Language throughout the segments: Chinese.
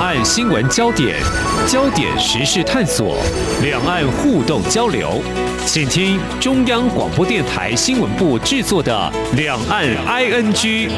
岸新闻焦点，焦点时事探索，两岸互动交流，请听中央广播电台新闻部制作的《两岸 ING》。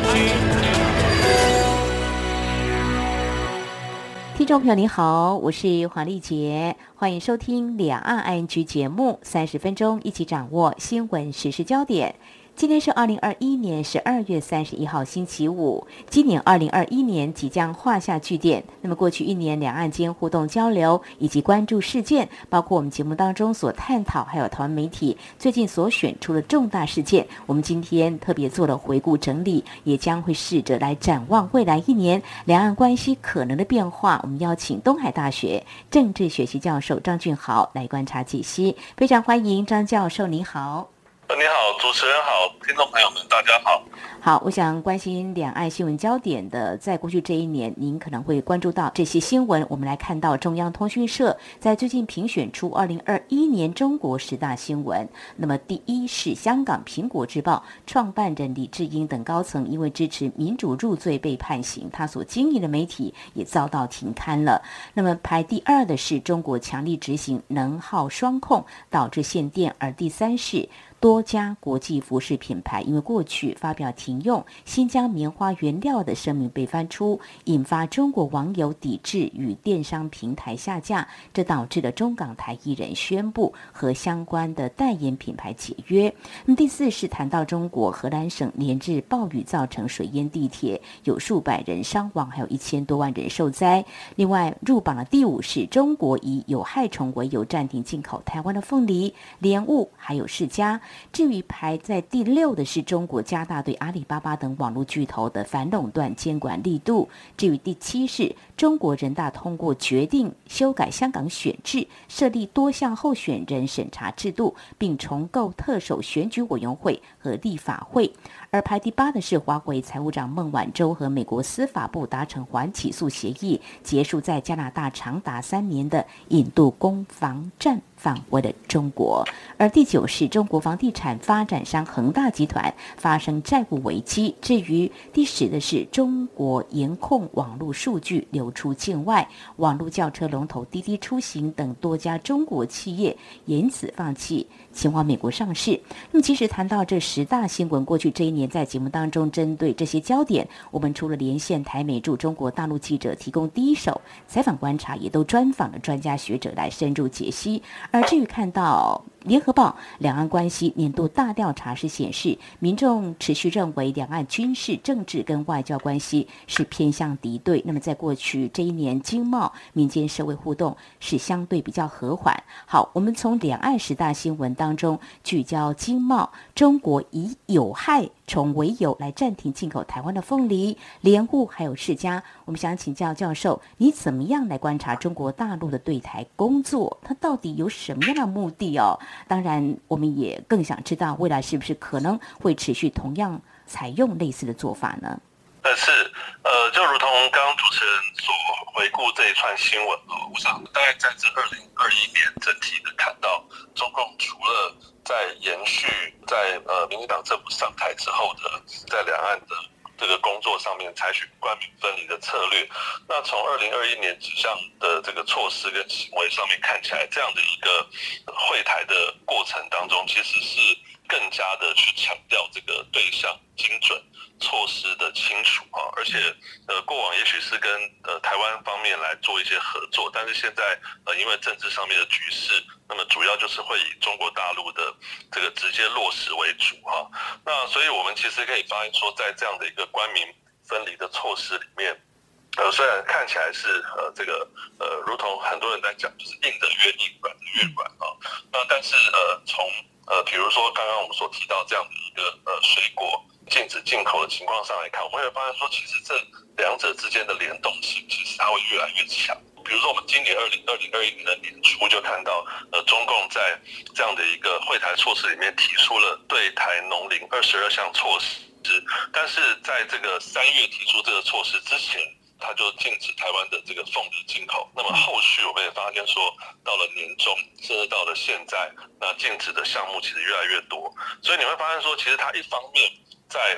听众朋友您好，我是黄丽杰，欢迎收听《两岸 ING》节目，30分钟一起掌握新闻时事焦点。今天是2021年12月31号星期五，今年2021年即将画下句点。那么过去一年两岸间互动交流以及关注事件，包括我们节目当中所探讨，还有台湾媒体最近所选出的重大事件，我们今天特别做了回顾整理，也将会试着来展望未来一年两岸关系可能的变化。我们邀请东海大学政治学系教授张俊豪来观察解析，非常欢迎张教授，你好。 你好，主持人好，听众朋友们大家好。 好，我想关心两岸新闻焦点的，在过去这一年，您可能会关注到这些新闻。我们来看到中央通讯社在最近评选出2021年中国10大新闻。那么第一是香港苹果日报创办人李志英等高层因为支持民主入罪被判刑，他所经营的媒体也遭到停刊了。那么排第二的是中国强力执行能耗双控，导致限电，而第三是多家国际服饰品牌因为过去发表停用新疆棉花原料的声明被翻出，引发中国网友抵制与电商平台下架，这导致了中港台艺人宣布和相关的代言品牌解约。那么第四是谈到中国荷兰省连日暴雨造成水淹地铁，有数百人伤亡，还有1000多万人受灾。另外入榜的第五是中国以有害虫为由暂停进口台湾的凤梨、莲雾还有释迦。至于排在第6的是中国加大对阿里巴巴等网络巨头的反垄断监管力度。至于第7是中国人大通过决定修改香港选制，设立多项候选人审查制度，并重构特首选举委员会和立法会。而排第8的是华为财务长孟晚舟和美国司法部达成缓起诉协议，结束在加拿大长达3年的引渡攻防战访问的中国。而第9是中国房地产发展商恒大集团发生债务危机。至于第10的是中国严控网络数据流出境外，网络轿车龙头滴滴出行等多家中国企业因此放弃前往美国上市。那么其实谈到这10大新闻，过去这一年在节目当中针对这些焦点，我们除了连线台美驻中国大陆记者提供第一手采访观察，也都专访了专家学者来深入解析。而至于看到联合报两岸关系年度大调查是显示，民众持续认为两岸军事、政治跟外交关系是偏向敌对。那么在过去这一年，经贸、民间社会互动是相对比较和缓。好，我们从两岸10大新闻当中聚焦经贸，中国以有害虫为由来暂停进口台湾的凤梨、莲雾还有释迦。我们想请教教授，你怎么样来观察中国大陆的对台工作？它到底有什么样的目的哦？当然我们也更想知道未来是不是可能会持续同样采用类似的做法呢？ 就如同刚刚主持人所回顾这一串新闻我想大概在这2021年整体的看到，中共除了在延续在民进党政府上台之后的在两岸的这个工作上面采取官民分离的策略，那从2021年几项的这个措施跟行为上面看起来，这样的一个会台的过程当中，其实是更加的去强调这个对象精准、措施的清楚而且过往也许是跟台湾方面来做一些合作，但是现在因为政治上面的局势，那么主要就是会以中国大陆的这个直接落实为主那所以我们其实可以发现说，在这样的一个官民分离的措施里面，虽然看起来是这个如同很多人在讲，就是硬的越硬，软的越软那但是从比如说刚刚我们所提到这样的一个水果禁止进口的情况上来看，我们会发现说，其实这两者之间的联动性其实它会越来越强。比如说我们今年2021年的年初就看到中共在这样的一个会台措施里面提出了对台农林22项措施，但是在这个3月提出这个措施之前，它就禁止台湾的这个凤梨进口。那么后续我们也发现说，到了年中甚至到了现在，那禁止的项目其实越来越多。所以你会发现说，其实它一方面在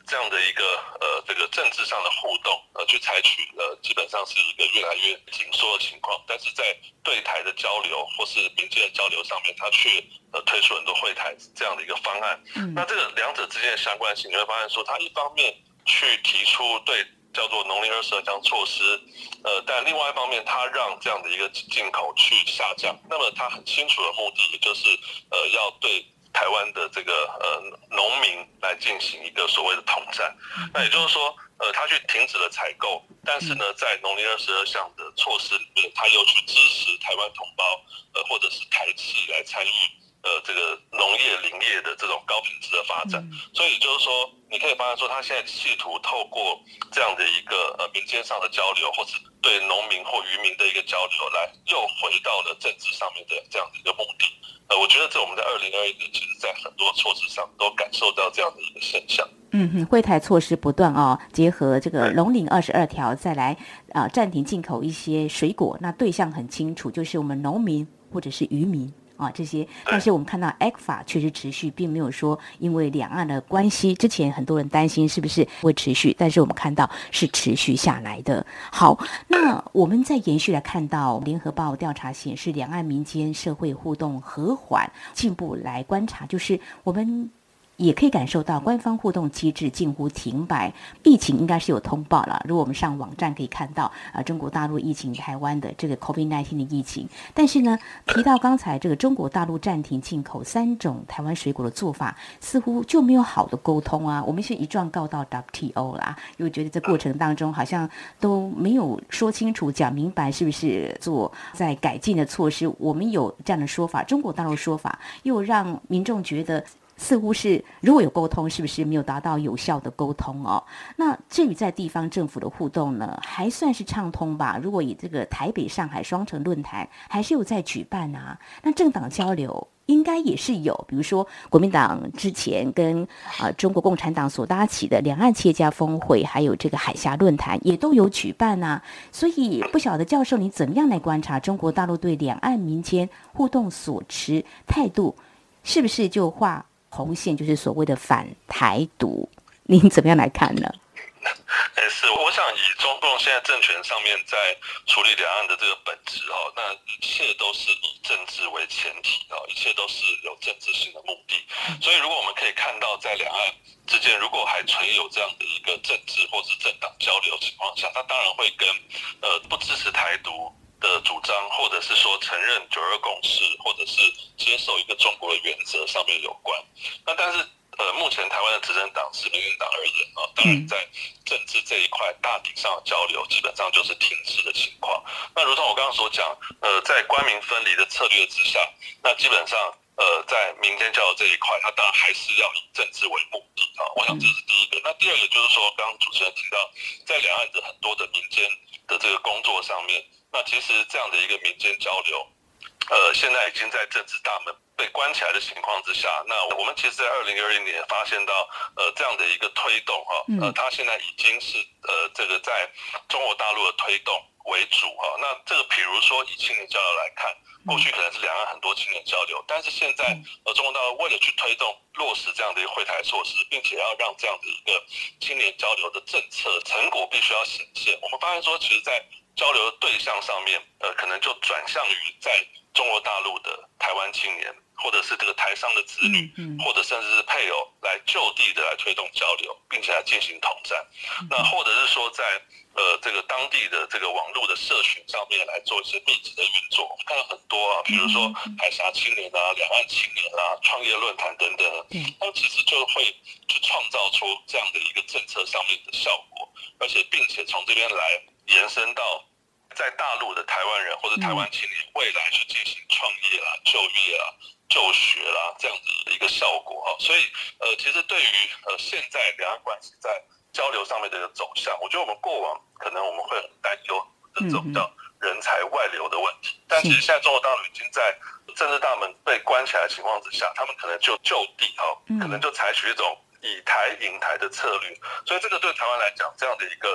这样的一个这个政治上的互动，去采取基本上是一个越来越紧缩的情况，但是在对台的交流或是民间的交流上面，它却推出很多会台这样的一个方案。那这个两者之间的相关性，你会发现说，它一方面去提出对叫做农林22项措施，但另外一方面，它让这样的一个进口去下降。那么它很清楚的目的，也就是要对台湾的这个农民来进行一个所谓的统战。那也就是说，他去停止了采购，但是呢，在农林22项的措施里面，他又去支持台湾同胞或者是台企来参与这个农业林业的这种高品质的发展。所以也就是说，你可以发现说，他现在企图透过这样的一个民间上的交流，或是对农民或渔民的一个交流，来又回到了政治上面的这样的一个目的。我觉得这我们在2021年，其实在很多措施上都感受到这样的一个现象。 惠台措施不断哦，结合这个农林22条，再来暂停进口一些水果，那对象很清楚，就是我们农民或者是渔民。这些，但是我们看到 ECFA 确实持续，并没有说因为两岸的关系，之前很多人担心是不是会持续，但是我们看到是持续下来的。好，那我们再延续来看到联合报调查显示，两岸民间社会互动和缓进步来观察，就是我们也可以感受到官方互动机制近乎停摆，疫情应该是有通报了。如果我们上网站可以看到中国大陆疫情、台湾的这个 COVID-19 的疫情，但是呢，提到刚才这个中国大陆暂停进口3种台湾水果的做法，似乎就没有好的沟通啊。我们是一状告到 WTO 啦，因为觉得这过程当中好像都没有说清楚、讲明白是不是做在改进的措施。我们有这样的说法，中国大陆说法又让民众觉得似乎是如果有沟通，是不是没有达到有效的沟通哦？那至于在地方政府的互动呢，还算是畅通吧。如果以这个台北、上海双城论坛还是有在举办啊，那政党交流应该也是有，比如说国民党之前跟中国共产党所搭起的两岸企业家峰会，还有这个海峡论坛也都有举办啊。所以不晓得教授你怎么样来观察中国大陆对两岸民间互动所持态度，是不是就画红线，就是所谓的反台独？您怎么样来看呢？ 是，我想以中共现在政权上面在处理两岸的这个本质那一切都是以政治为前提一切都是有政治性的目的。所以如果我们可以看到，在两岸之间如果还存有这样的一个政治或是政党交流情况下，它当然会跟不支持台独的主张，或者是说承认9·2共识，或者是接受一个中国的原则上面有关。那但是目前台湾的执政党是民进党而言当然在政治这一块大体上的交流基本上就是停滞的情况。那如同我刚刚所讲，在官民分离的策略之下，那基本上在民间交流这一块，它当然还是要以政治为目的我想这是第一个。那第二个就是说，刚刚主持人提到，在两岸的很多的民间的这个工作上面，那其实这样的一个民间交流，现在已经在政治大门被关起来的情况之下，那我们其实在2021年发现到这样的一个推动它现在已经是这个在中国大陆的推动为主那这个比如说以青年交流来看，过去可能是两岸很多青年交流，但是现在中国大陆为了去推动落实这样的一个惠台措施，并且要让这样的一个青年交流的政策成果必须要显现，我们发现说其实在交流的对象上面可能就转向于在中国大陆的台湾青年，或者是这个台商的子女，或者甚至是配偶来就地的来推动交流，并且来进行统战。那或者是说在这个当地的这个网络的社群上面来做一些密集的运作。我们看到很多比如说海峡青年两岸青年创业论坛等等他们其实就会去创造出这样的一个政策上面的效果，而且并且从这边来延伸到在大陆的台湾人或者台湾青年未来去进行创业就业就学这样子的一个效果所以其实对于现在两岸关系在交流上面的一个走向，我觉得我们过往可能我们会很担忧这种叫人才外流的问题，但其实现在中国大陆已经在政治大门被关起来的情况之下，他们可能就地可能就采取一种以台引台的策略，所以这个对台湾来讲，这样的一个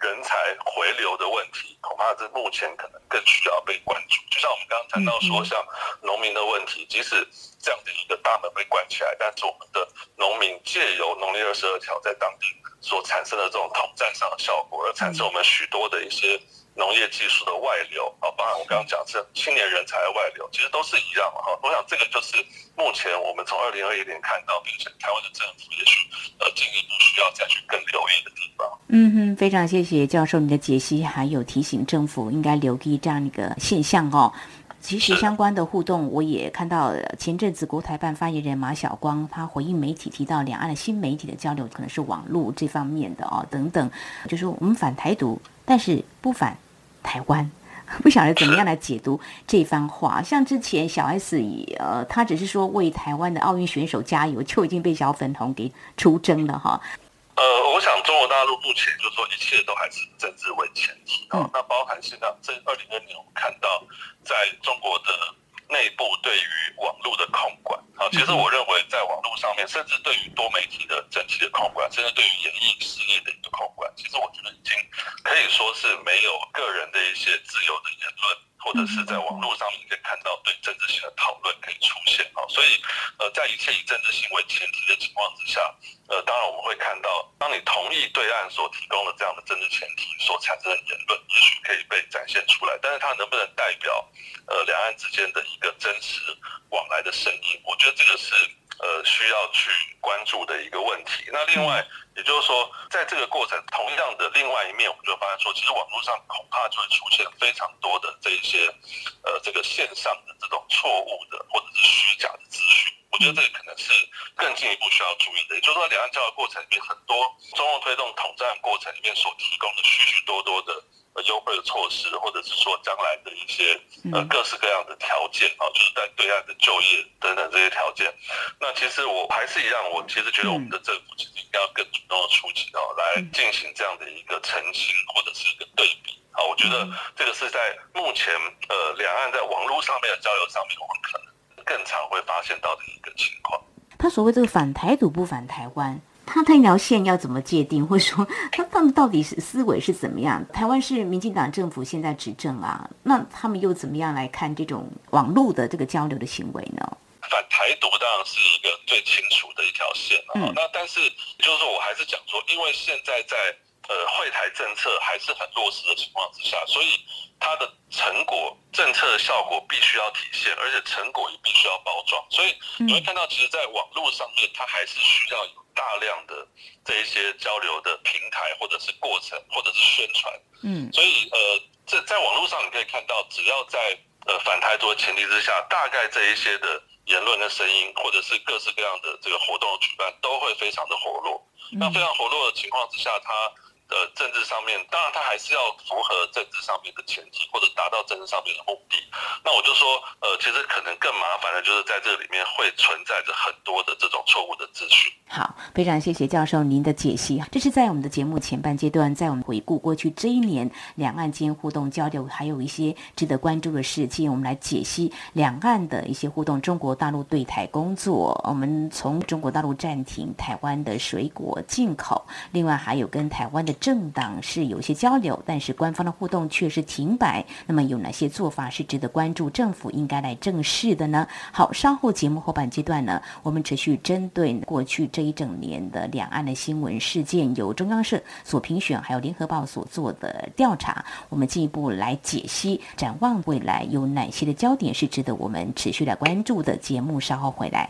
人才回流的问题，恐怕是目前可能更需要被关注。就像我们刚刚谈到说，像农民的问题，即使这样的一个大门被关起来，但是我们的农民借由农历22条在当地所产生的这种统战上的效果，而产生我们许多的一些农业技术的外流啊，包含我刚刚讲是青年人才的外流，其实都是一样哈。我想这个就是目前我们从2021年看到，并且台湾的政府也许进一步需要再去更留意的地方。 非常谢谢教授你的解析，还有提醒政府应该留意这样一个现象哦。其实相关的互动，我也看到前阵子国台办发言人马晓光他回应媒体提到，两岸的新媒体的交流可能是网络这方面的哦，等等，就是我们反台独，但是不反台湾。不晓得怎么样来解读这番话。像之前小 S 他只是说为台湾的奥运选手加油，就已经被小粉红给出征了哈。 我想中国大陆目前就是说一切都还是政治为前提那包含现在这2020年我们看到在中国的内部对于网络的控管其实我认为在网络上面，甚至对于多媒体的整体的控管，甚至对于演艺事业的一个控管，其实我觉得已经可以说是没有个人的一些自由的言论，或者是在网络上面可以看到对政治性的讨论可以出现所以在一切以政治行为前提的情况之下，当然我们会看到，当你同意对岸所提供的这样的政治前提所产生的言论，也许可以被展现出来，但是它能不能代表两岸之间的一个真实往来的声音，我觉得这个是需要去关注的一个问题。那另外也就是说，在这个过程同样的另外一面，我们就发现说，其实网络上恐怕就会出现非常多的这一些这个线上的这种错误的或者是虚假的资讯。我觉得这个可能是更进一步需要注意的，也就是说，两岸交流过程里面很多中共推动统战过程里面所提供的许许多多的优惠的措施，或者是说将来的一些各式各样的条件就是在对岸的就业等等这些条件。那其实我还是一样，我其实觉得我们的政府其实应该要更主动的出击来进行这样的一个澄清或者是一个对比我觉得这个是在目前两岸在网络上面的交流上面，我们可能更常会发现到的一个情况。 他所谓这个反台独不反台湾，他那条线要怎么界定，或者说他们到底是思维是怎么样？台湾是民进党政府现在执政那他们又怎么样来看这种网络的这个交流的行为呢？ 反台独当然是一个最清楚的一条线那但是就是说我还是讲说，因为现在在惠台政策还是很落实的情况之下，所以它的成果政策的效果必须要体现，而且成果也必须要包装。所以你会看到，其实在网络上面，它还是需要有大量的这一些交流的平台，或者是过程，或者是宣传。所以在网络上你可以看到，只要在反台独的前提之下，大概这一些的言论的声音，或者是各式各样的这个活动的举办，都会非常的活络。那非常活络的情况之下，它政治上面，当然它还是要符合政治上面的前提，或者达到政治上面的目的。那我就说，其实可能更麻烦的就是在这里面会存在着很多的这种错误的资讯。 好，非常谢谢教授您的解析。这是在我们的节目前半阶段，在我们回顾过去这一年两岸间互动交流，还有一些值得关注的事情，我们来解析两岸的一些互动。中国大陆对台工作，我们从中国大陆暂停台湾的水果进口，另外还有跟台湾的政党是有一些交流，但是官方的互动却是停摆。那么有哪些做法是值得关注，政府应该来正视的呢？好，稍后节目后半阶段呢，我们持续针对过去这一整年的两岸的新闻事件，由中央社所评选，还有联合报所做的调查，我们进一步来解析，展望未来有哪些的焦点是值得我们持续来关注的。节目稍后回来。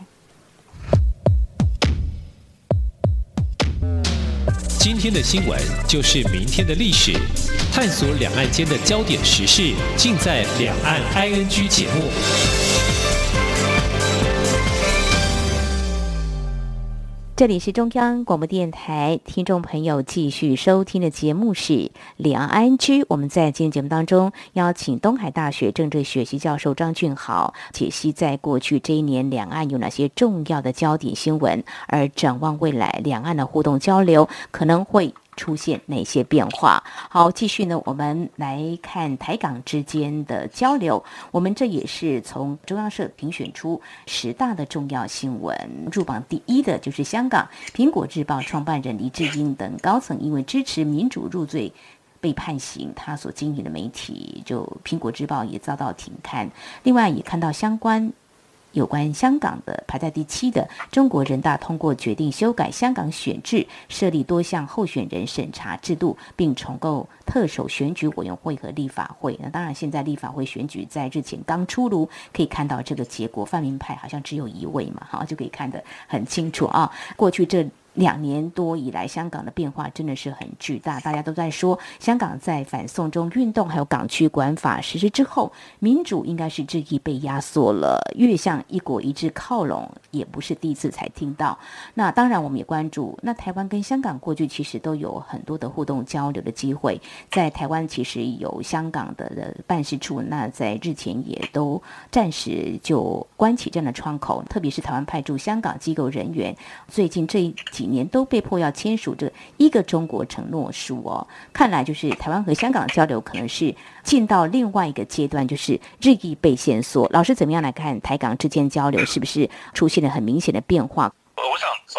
今天的新闻就是明天的历史，探索两岸间的焦点时事，尽在《两岸 ING》节目。 这里是中央广播电台，听众朋友继续收听的节目是两岸 ING。我们在今天节目当中邀请东海大学政治学系教授张俊豪解析在过去这一年两岸有哪些重要的焦点新闻，而展望未来两岸的互动交流可能会出现哪些变化。好，继续呢，我们来看台港之间的交流。我们这也是从中央社评选出10大的重要新闻，入榜第一的就是香港苹果日报创办人黎智英等高层因为支持民主入罪被判刑，他所经营的媒体就苹果日报也遭到停刊。另外也看到有关香港的排在第7的中国人大通过决定修改香港选制，设立多项候选人审查制度，并重构特首选举委员会和立法会。那当然现在立法会选举在日前刚出炉，可以看到这个结果，泛民派好像只有1位嘛，就可以看得很清楚啊。过去这2年多以来，香港的变化真的是很巨大。大家都在说，香港在反送中运动还有港区国法实施之后，民主应该是日益被压缩了，越向一国一制靠拢，也不是第一次才听到。那当然我们也关注，那台湾跟香港过去其实都有很多的互动交流的机会，在台湾其实有香港的办事处，那在日前也都暂时就关起这样的窗口，特别是台湾派驻香港机构人员，最近这几年都被迫要签署这一个中国承诺书哦。看来就是台湾和香港的交流可能是进到另外一个阶段，就是日益被限缩。老师怎么样来看台港之间交流是不是出现了很明显的变化？ 我想从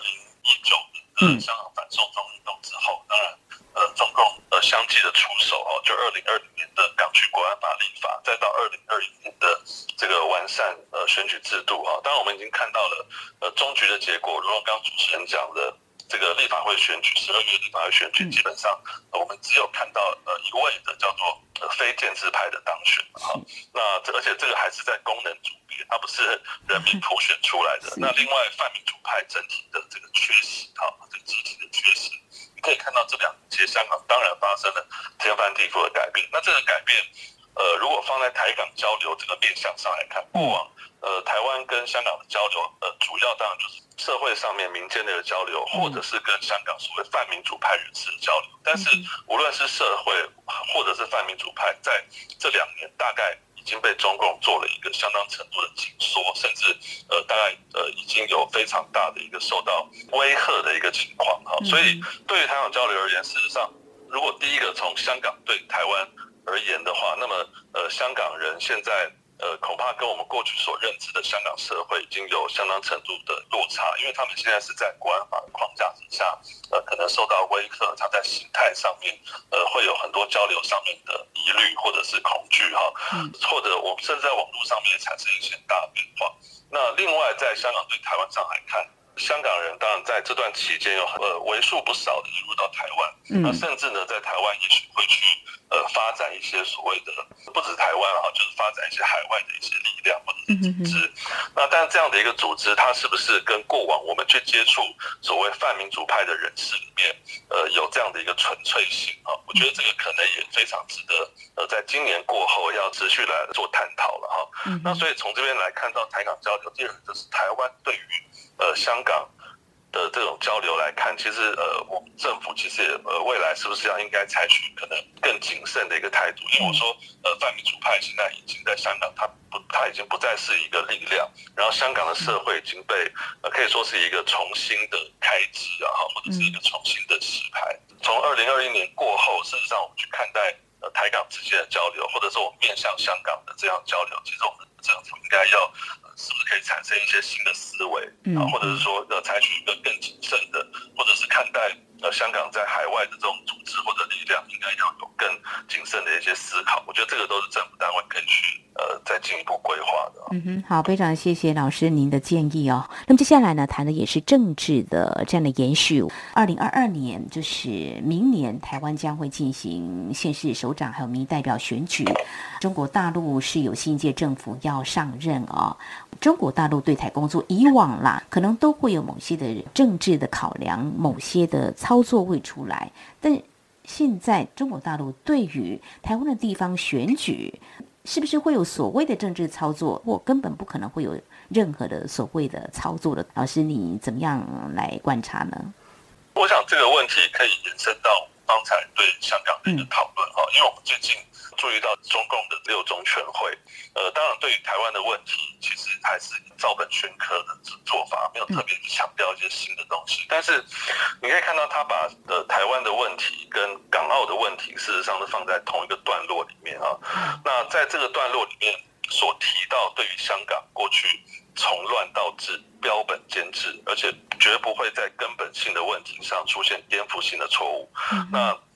2019年香港反送中运动之后，当然中共相继的出手就2020年的港区国安法立法，再到2021年的这个完善选举制度当然我们已经看到了终局的结果，如同刚刚主持人讲的，这个立法会选举12月立法会选举，基本上我们只有看到一位的叫做非建制派的当选那而且这个还是在功能组别，它不是人民普选出来的。那另外泛民主派整体的这个缺席这个集体的缺席，你可以看到这2年其实香港当然发生了天翻地覆的改变。那这个改变如果放在台港交流这个面向上来看，过往台湾跟香港的交流主要当然就是社会上面民间的一个交流，或者是跟香港所谓泛民主派人士的交流。但是无论是社会或者是泛民主派，在这2年大概已经被中共做了一个相当程度的紧缩，甚至大概已经有非常大的一个受到威吓的一个情况所以对于台港交流而言，事实上如果第一个从香港对台湾而言的话，那么香港人现在恐怕跟我们过去所认知的香港社会已经有相当程度的落差，因为他们现在是在国安法的框架之下，可能受到威吓，他在形态上面会有很多交流上面的疑虑或者是恐惧或者我们甚至在网络上面也产生一些大的变化。那另外在香港对台湾上来看，香港人当然在这段期间有为数不少的移入到台湾，那甚至呢在台湾也许会去发展一些所谓的不止台湾就是发展一些海外的一些力量或者是组织。那但是这样的一个组织，它是不是跟过往我们去接触所谓泛民主派的人士里面有这样的一个纯粹性我觉得这个可能也非常值得在今年过后要持续来做探讨了那所以从这边来看到台港交流，第二个就是台湾对于香港的这种交流来看，其实我们政府其实也未来是不是应该采取可能更谨慎的一个态度？因为我说泛民主派现在已经在香港，它已经不再是一个力量，然后香港的社会已经被可以说是一个重新的开机或者是一个重新的洗牌。从2021年过后，事实上我们去看待台港之间的交流，或者说我们面向香港的这样交流，其实我们政府应该要是不是可以产生一些新的思维或者是说采取一个更谨慎的，或者是看待香港在海外的这种组织或者力量，应该要有更谨慎的一些思考。我觉得这个都是政府单位可以去再进一步规划的好，非常谢谢老师您的建议那么接下来呢，谈的也是政治的这样的延续。2022年就是明年，台湾将会进行县市首长还有民意代表选举。中国大陆是有新一届政府要上任中国大陆对台工作以往啦，可能都会有某些的政治的考量，某些的操作会出来，但现在中国大陆对于台湾的地方选举，是不是会有所谓的政治操作，或根本不可能会有任何的所谓的操作的？老师，你怎么样来观察呢？ 我想这个问题可以延伸到刚才对香港的一个讨论因为我们最近注意到中共的6中全会，当然对于台湾的问题，其实还是照本宣科的做法，没有特别强调一些新的东西。但是你可以看到，他把台湾的问题跟港澳的问题，事实上是放在同一个段落里面那在这个段落里面所提到，对于香港过去从乱到治、标本兼治，而且绝不会在根本性的问题上出现颠覆性的错误。那这个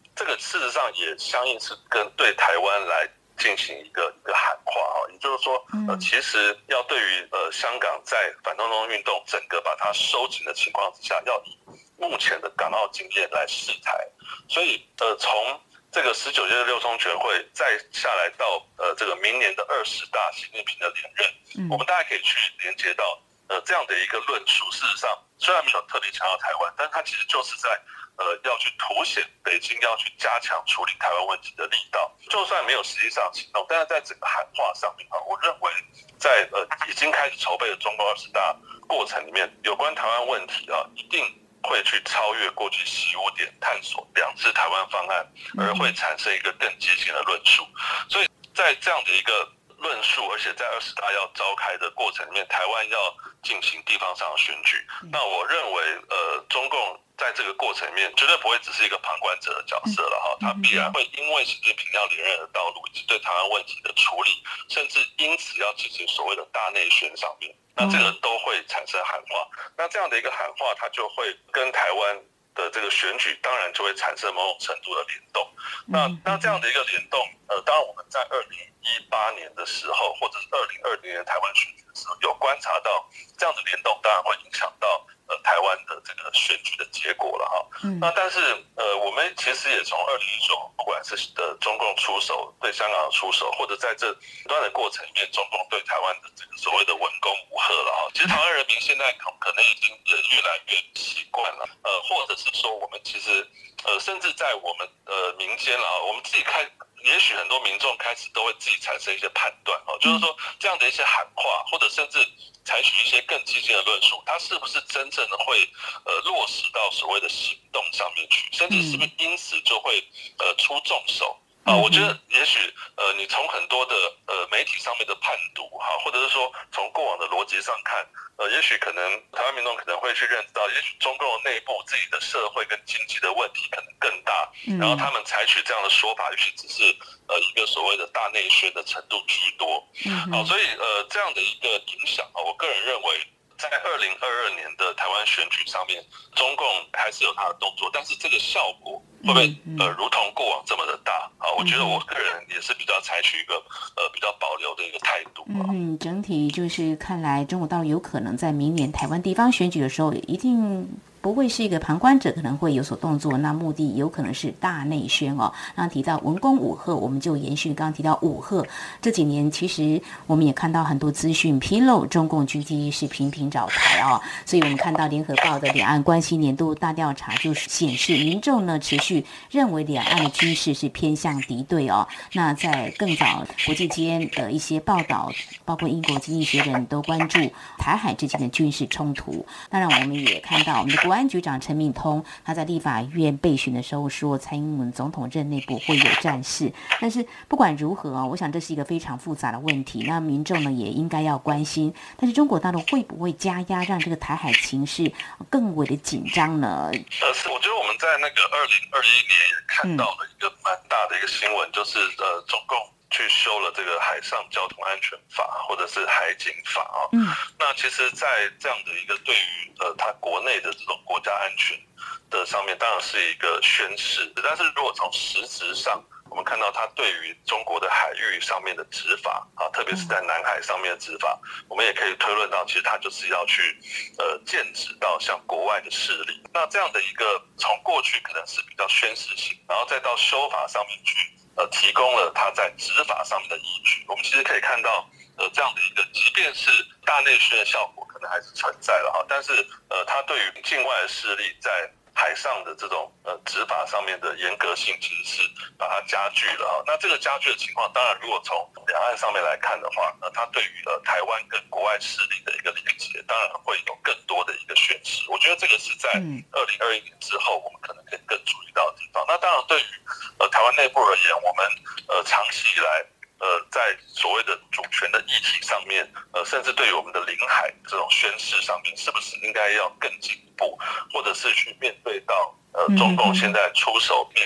事实上也相应是跟对台湾来进行一个喊话也就是说，其实要对于香港在反送中运动整个把它收紧的情况之下，要以目前的港澳经验来释台。所以从这个19届的六中全会再下来到这个明年的20大习近平的连任，我们大家可以去连接到这样的一个论述。事实上虽然没有特别强调台湾，但它其实就是在要去凸显北京要去加强处理台湾问题的力道。就算没有实际上行动，但是在整个喊话上面我认为在已经开始筹备的中共20大过程里面，有关台湾问题一定会去超越过去习5点探索2次台湾方案，而会产生一个更激进的论述。所以在这样的一个论述，而且在20大要召开的过程里面，台湾要进行地方上的选举，那我认为中共在这个过程里面绝对不会只是一个旁观者的角色了他必然会因为习近平要连任的道路以及对台湾问题的处理，甚至因此要进行所谓的大内宣上面，那这个都会产生喊话。那这样的一个喊话，它就会跟台湾的这个选举当然就会产生某种程度的联动。那这样的一个联动，当然我们在2018年的时候，或者是2020年台湾选举的时候，有观察到这样的联动，当然会影响到台湾的这个选举的结果了那但是我们其实也从2019，不管是中共出手对香港的出手，或者在这段的过程里面，中共对台湾的这个所谓的文攻武吓了其实台湾人民现在可能已经也越来越习惯了，或者是说我们其实甚至在我们民间我们自己也许很多民众开始都会自己产生一些判断就是说这样的一些喊话，或者甚至采取一些更激进的论述，它是不是真正的会落实到所谓的行动上面去，甚至是不是因此就会出重手我觉得也许你从很多的媒体上面的判读或者是说从过往的逻辑上看，也许可能台湾民众可能会去认知到，也许中共内部自己的社会跟经济的问题可能更大，然后他们采取这样的说法，也许只是一个所谓的大内宣的程度居多所以这样的一个影响我个人认为在2022年的台湾选举上面，中共还是有他的动作，但是这个效果会不会如同过往这么的大我觉得我个人也是比较采取一个比较保留的一个态度整体就是看来中国大陆有可能在明年台湾地方选举的时候一定不会是一个旁观者，可能会有所动作，那目的有可能是大内宣刚提到文攻武吓，我们就延续刚刚提到武吓，这几年其实我们也看到很多资讯披露，中共军机是频频找台所以我们看到联合报的两岸关系年度大调查就是显示，民众呢持续认为两岸的军事是偏向敌对那在更早国际间的一些报道，包括英国经济学人都关注台海之间的军事冲突。当然我们也看到我们的国安局长陈明通他在立法院备询的时候说，蔡英文总统任内不会有战事。但是不管如何我想这是一个非常复杂的问题，那民众呢也应该要关心，但是中国大陆会不会加压，让这个台海情势更为的紧张呢？ 我觉得我们在那个2021年也看到了一个蛮大的一个新闻，就是中共去修了这个海上交通安全法，或者是海警法那其实在这样的一个对于它国内的这种国家安全的上面，当然是一个宣示，但是如果从实质上我们看到它对于中国的海域上面的执法特别是在南海上面的执法，我们也可以推论到其实它就是要去剑指到像国外的势力。那这样的一个从过去可能是比较宣示性，然后再到修法上面去提供了它在执法上面的依据。我们其实可以看到这样的一个即便是大内宣的效果可能还是存在了但是它对于境外的势力在海上的这种执法上面的严格性其实是把它加剧了那这个加剧的情况，当然如果从两岸上面来看的话，它对于台湾跟国外势力的一个连结，当然会有更多的一个宣示。我觉得这个是在2021年之后我们可能可以更注意到的地方。那当然对于台湾内部而言，我们长期以来在所谓的主权的议题上面甚至对于我们的领海这种宣示上面，是不是应该要更进一步，或者是去面对到中共现在出手面向国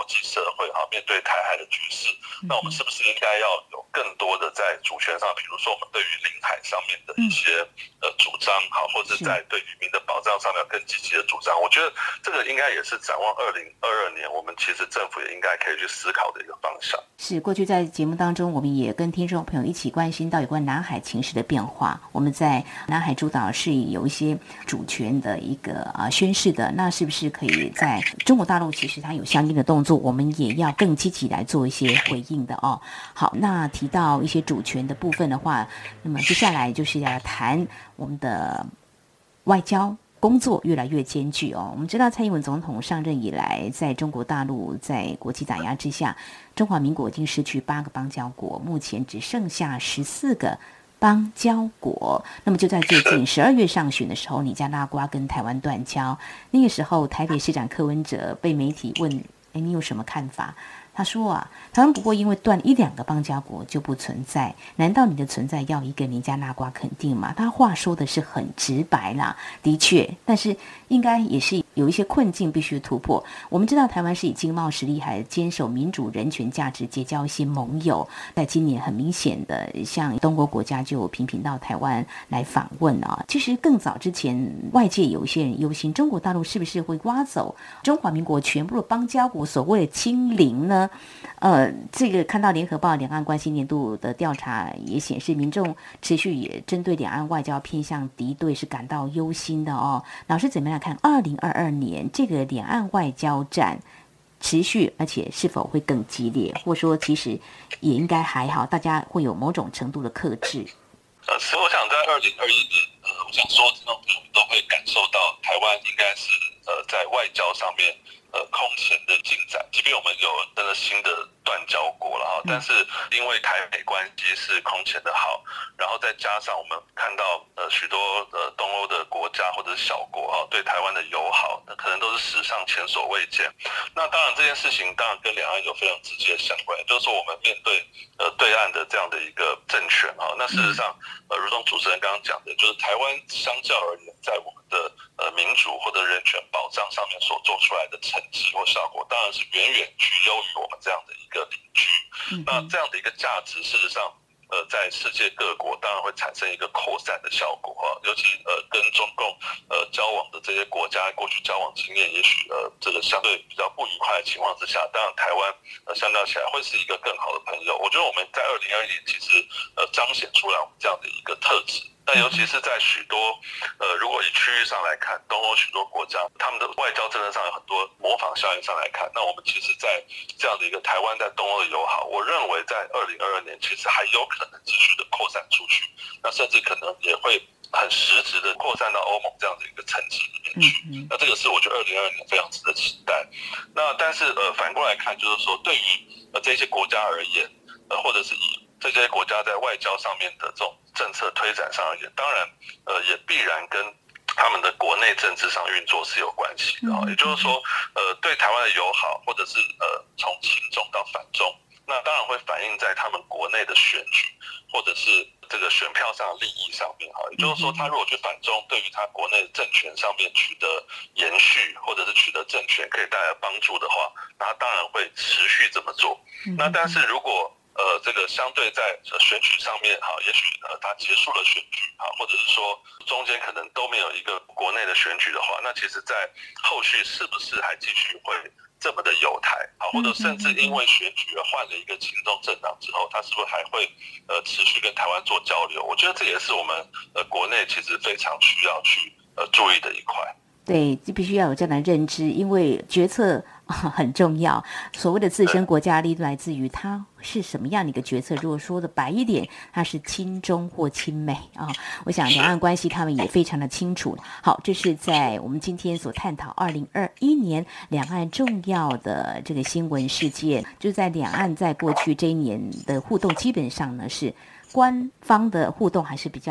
际社会面对台海的局势，那我们是不是应该要有更多的在主权上，比如说我们对于领海上面的一些主张或者在对渔民的保障上面有更积极的主张？我觉得这个应该也是展望2022年，我们其实政府也应该可以去思考的一个方向。 是，过去在节目当中，我们也跟听众朋友一起关心到有关南海情势的变化。我们在南海诸岛是有一些主权的一个宣示的，那是不是可以在中国大陆其实它有相应的动作，我们也要更积极来做一些回应的哦。好，那提到一些主权的部分的话，那么接下来就是要谈我们的外交工作越来越艰巨哦。我们知道蔡英文总统上任以来，在中国大陆在国际打压之下，中华民国已经失去8个邦交国，目前只剩下14个邦交国。那么就在最近12月上旬的时候，尼加拉瓜跟台湾断交，那个时候台北市长柯文哲被媒体问，你有什么看法？他说台湾不过因为断1-2个邦交国就不存在，难道你的存在要一个尼加拉瓜肯定吗？他话说的是很直白啦，的确，但是应该也是有一些困境必须突破。我们知道台湾是以经贸实力还坚守民主人权价值结交一些盟友，在今年很明显的像东欧国家就频频到台湾来访问其实更早之前外界有一些人忧心中国大陆是不是会挖走中华民国全部的邦交国，所谓的清零呢？这个看到联合报两岸关系年度的调查也显示，民众持续也针对两岸外交偏向敌对是感到忧心的哦。老师怎么样看2022年这个两岸外交战持续，而且是否会更激烈，或者说其实也应该还好，大家会有某种程度的克制？ 所以我想在2021年，我想所有听众朋友都会感受到台湾应该是在外交上面空前的进展，即便我们有真的新的断交国了但是因为台美关系是空前的好，然后再加上我们看到许多东欧的国家或者是小国对台湾的友好，那可能都是史上前所未见。那当然这件事情当然跟两岸有非常直接的相关，就是说我们面对对岸的这样的一个政权那事实上如同主持人刚刚讲的，就是台湾相较而言，在我们的民主或者人权保障上面所做出来的成绩或效果，当然是远远居优于我们这样的一个邻居。那这样的一个价值，事实上在世界各国当然会产生一个扩散的效果尤其跟中共交往的这些国家过去交往经验也许这个相对比较不愉快的情况之下，当然台湾相较起来会是一个更好的朋友。我觉得我们在2021年其实彰显出来我们这样的一个特质。但尤其是在许多如果以区域上来看，东欧许多国家他们的外交政策上有很多模仿效应上来看，那我们其实在这样的一个台湾在东欧的友好，我认为在2022年其实还有可能继续的扩散出去，那甚至可能也会很实质的扩散到欧盟这样的一个层级里面去。那这个是我觉得2022年非常值得期待。那但是反过来看，就是说对于这些国家而言，或者是以这些国家在外交上面的这种政策推展上而言，当然也必然跟他们的国内政治上运作是有关系的也就是说对台湾的友好，或者是从亲中到反中，那当然会反映在他们国内的选举或者是这个选票上的利益上面也就是说他如果去反中，对于他国内政权上面取得延续或者是取得政权可以带来帮助的话，那他当然会持续这么做。那但是如果这个相对在选举上面也许他结束了选举或者是说中间可能都没有一个国内的选举的话，那其实在后续是不是还继续会这么的友台或者甚至因为选举而换了一个亲中政党之后，他是不是还会持续跟台湾做交流？我觉得这也是我们国内其实非常需要去注意的一块。 对，必须要有这样的认知，因为决策很重要。所谓的自身国家利益来自于它是什么样的一个决策。如果说的白一点，它是亲中或亲美我想两岸关系他们也非常的清楚。好，这是在我们今天所探讨2021年两岸重要的这个新闻事件。就在两岸在过去这一年的互动，基本上呢是官方的互动还是比较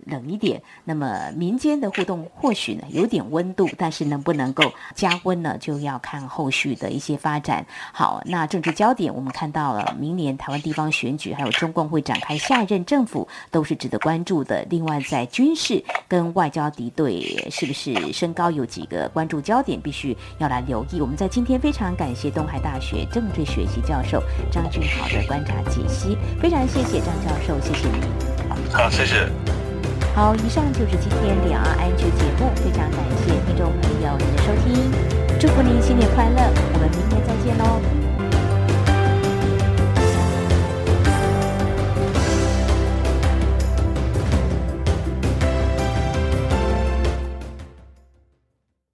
冷一点，那么民间的互动或许呢有点温度，但是能不能够加温呢，就要看后续的一些发展。好，那政治焦点我们看到了，明年台湾地方选举还有中共会展开下一任政府，都是值得关注的。另外在军事跟外交敌对是不是升高，有几个关注焦点必须要来留意。我们在今天非常感谢东海大学政治学系教授张俊豪的观察解析，非常谢谢张教授，谢谢你。 好，谢谢。 好，以上就是今天两岸安居节目，非常感谢听众朋友您的收听，祝福您新年快乐，我们明年再见喽。